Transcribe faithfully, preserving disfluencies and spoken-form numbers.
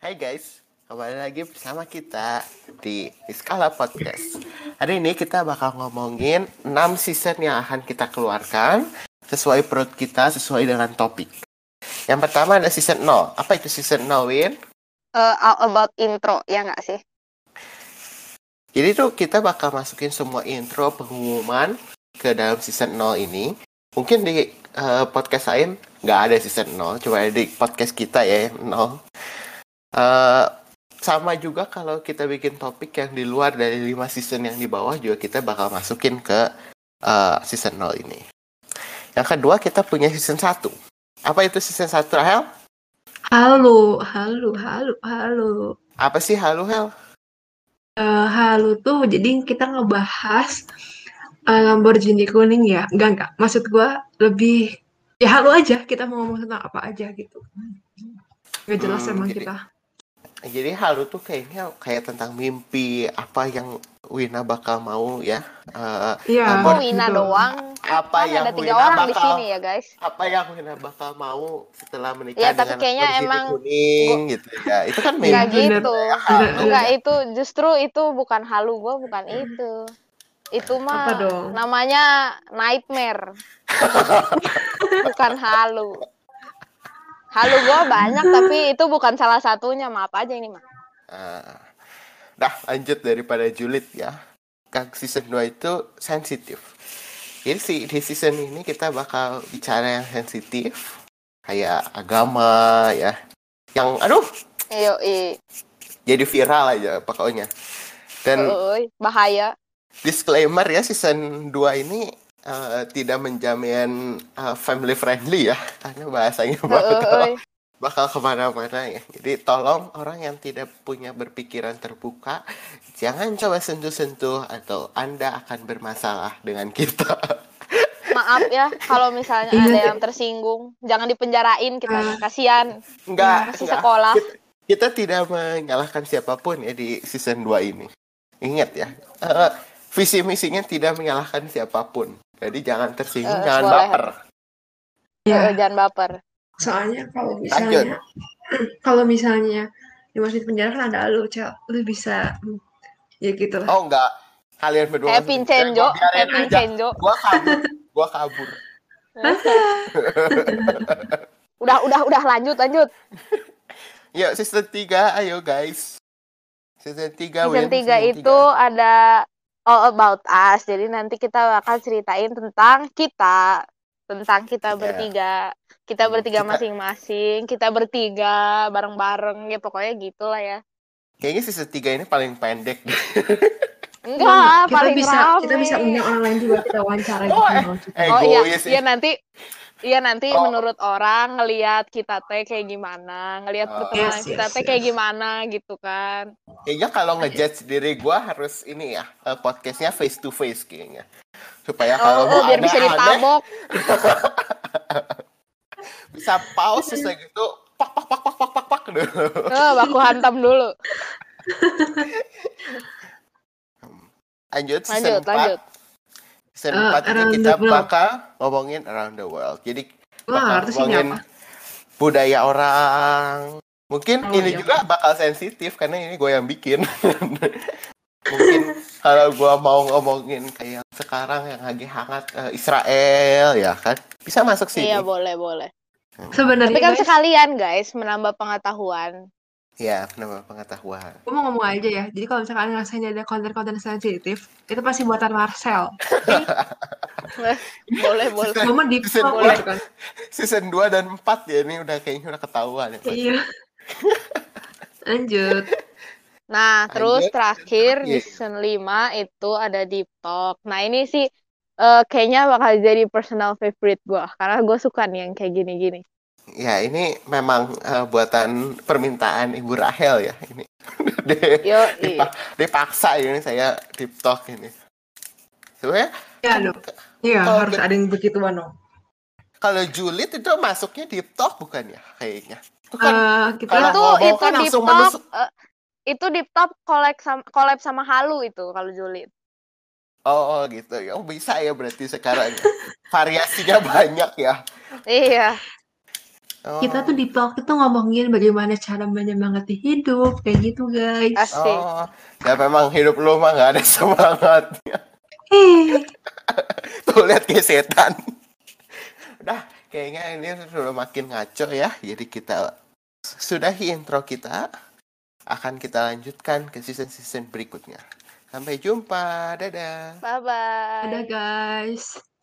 Hai guys, kembali lagi bersama kita di Iskala Podcast. Hari ini kita bakal ngomongin enam season yang akan kita keluarkan sesuai perut kita, sesuai dengan topik. Yang pertama ada season nol. Apa itu season nol, Win? Uh, all about intro, ya nggak sih? Jadi tuh kita bakal masukin semua intro pengumuman ke dalam season nol ini. Mungkin di uh, podcast lain nggak ada season nol, cuma ada di podcast kita ya yang nol. Uh, sama juga kalau kita bikin topik yang di luar dari lima season yang di bawah juga kita bakal masukin ke uh, season nol ini. Yang kedua kita punya season satu. Apa itu season satu, Hel? Halo, halo, halo, halo. Apa sih halo, Hel? Uh, halo tuh jadi kita ngebahas uh, Lamborghini kuning ya. Enggak, enggak. Maksud gua lebih ya halo aja. Kita mau ngomong tentang apa aja gitu. Gak jelas Hmm, emang jadi- kita. Jadi halo tuh kayaknya kayak tentang mimpi apa yang Wina bakal mau ya. Uh, Iya. Kok Labor- Wina betul. doang? apa Kan yang ada tiga Wina orang di bakal sini ya guys. apa yang Wina bakal mau setelah menikah Ya, tapi dengan kayaknya Lamborghini emang kuning gitu ya. Itu kan Enggak mimpi. bener. gitu. Bener, Enggak, bener. itu justru itu bukan halu gue, bukan itu. Itu mah Apa dong? namanya nightmare. Bukan halu. Halu gue banyak tapi itu bukan salah satunya. Maaf aja ini mah. Ah. Nah, lanjut daripada julid ya. Kan season dua itu sensitif. Jadi sih di season ini kita bakal bicara yang sensitif kayak agama ya. Yang aduh Iyo, i. jadi viral aja pokoknya. Dan Euy, bahaya. disclaimer ya, season dua ini eh, tidak menjamin eh, family friendly ya. Karena bahasanya bakal Euy. bakal kemana-mana ya. Jadi tolong orang yang tidak punya berpikiran terbuka, jangan coba sentuh-sentuh atau Anda akan bermasalah dengan kita. Maaf ya kalau misalnya Iya. ada yang tersinggung, jangan dipenjarain kita. Kasihan. Enggak, Masih enggak. sekolah. Kita, kita tidak menyalahkan siapapun ya di season dua ini. Ingat ya, eh, visi misinya tidak menyalahkan siapapun. Jadi jangan tersinggung, Eh, jangan boleh. baper. Ya, Eh, jangan baper. soalnya kalau Lanjut. misalnya kalau misalnya dimasukin penjara kan ada lu, Cel. Lu bisa hmm, ya gitu lah. Oh enggak, kalian berdua Kayak Vincenzo, gua biarin kayak aja. Vincenzo. Gua kabur, gua kabur. Udah, udah, udah lanjut, lanjut. Yuk season tiga, ayo guys. Season tiga, Season Win. tiga Season itu ada All About Us. Jadi nanti kita bakal ceritain tentang kita, tentang kita Ya. bertiga. Kita Hmm, bertiga kita- masing-masing, kita bertiga bareng-bareng ya pokoknya gitulah ya. Kayaknya season tiga ini paling pendek. Enggak, kita paling bisa rame. kita bisa undang orang lain juga kita wawancara Oh, gitu. eh, Oh iya, egois iya sih. nanti iya nanti Oh. menurut orang ngelihat kita teh kayak gimana, ngelihat Oh. pertemanan Yes, kita yes, teh yes. kayak gimana gitu kan. Kayaknya kalau ngejudge diri gue harus ini ya, eh, podcastnya face to face kayaknya. Supaya kalau Oh, mau oh biar bisa aneh-aneh, ditabok. bisa pause terus kayak gitu, pak pak pak pak pak pak pak. Oh, baku hantam dulu. Lanjut season Lanjut, empat. lanjut. Season Uh, empat ini around kita the world. bakal ngomongin around the world. Jadi Wah, bakal artis ini ngomongin apa? budaya orang. Mungkin Oh, ini iya. juga bakal sensitif karena ini gue yang bikin. Mungkin kalau gue mau ngomongin kayak sekarang yang lagi hangat eh, Israel ya kan, bisa masuk sini. Iya, boleh, boleh. Sebenarnya Tapi kan guys, sekalian guys menambah pengetahuan. Ya, penambah pengetahuan. gue mau ngomong aja ya. Jadi kalau misalkan ngerasain ada konten-konten sensitif, itu pasti buatan Marcel. Boleh, boleh. Season- Gue mah deep season talk dua. gitu kan. Season dua dan empat ya, ini udah kayaknya udah ketahuan ya. Iya. Lanjut. Nah, terus Lanjut. terakhir di Iya. season lima itu ada Deep Talk. Nah, ini sih eh, kayaknya bakal jadi personal favorite gue. Karena gue suka nih yang kayak gini-gini. Ya, ini memang eh, buatan permintaan Ibu Rahel ya ini. Di- Yo, dipa- dipaksa ini saya deep talk ini. Sebenarnya Ya dong. Iya, Oh, harus be- ada yang begituan dong. kalau julid itu masuknya deep talk bukan ya kayaknya. Itu kan Eh, kita Kalau itu ngomong itu kan Deep langsung Talk menusuk. eh, itu Deep Talk collab sama, collab sama Halu itu kalau julid. oh, oh gitu ya. Oh, bisa ya berarti sekarang. Ya. Variasinya banyak ya. Iya. Kita tuh Oh, di talk itu ngomongin bagaimana cara menyemangati hidup, kayak gitu guys. Asik. oh, ya memang hidup lu mah nggak ada semangatnya. Eh, Tuh lihat kayak setan. Udah, kayaknya ini sudah makin ngaco ya. Jadi kita sudahi intro kita. Akan kita lanjutkan ke season-season berikutnya. Sampai jumpa. Dadah. Bye-bye. ada guys.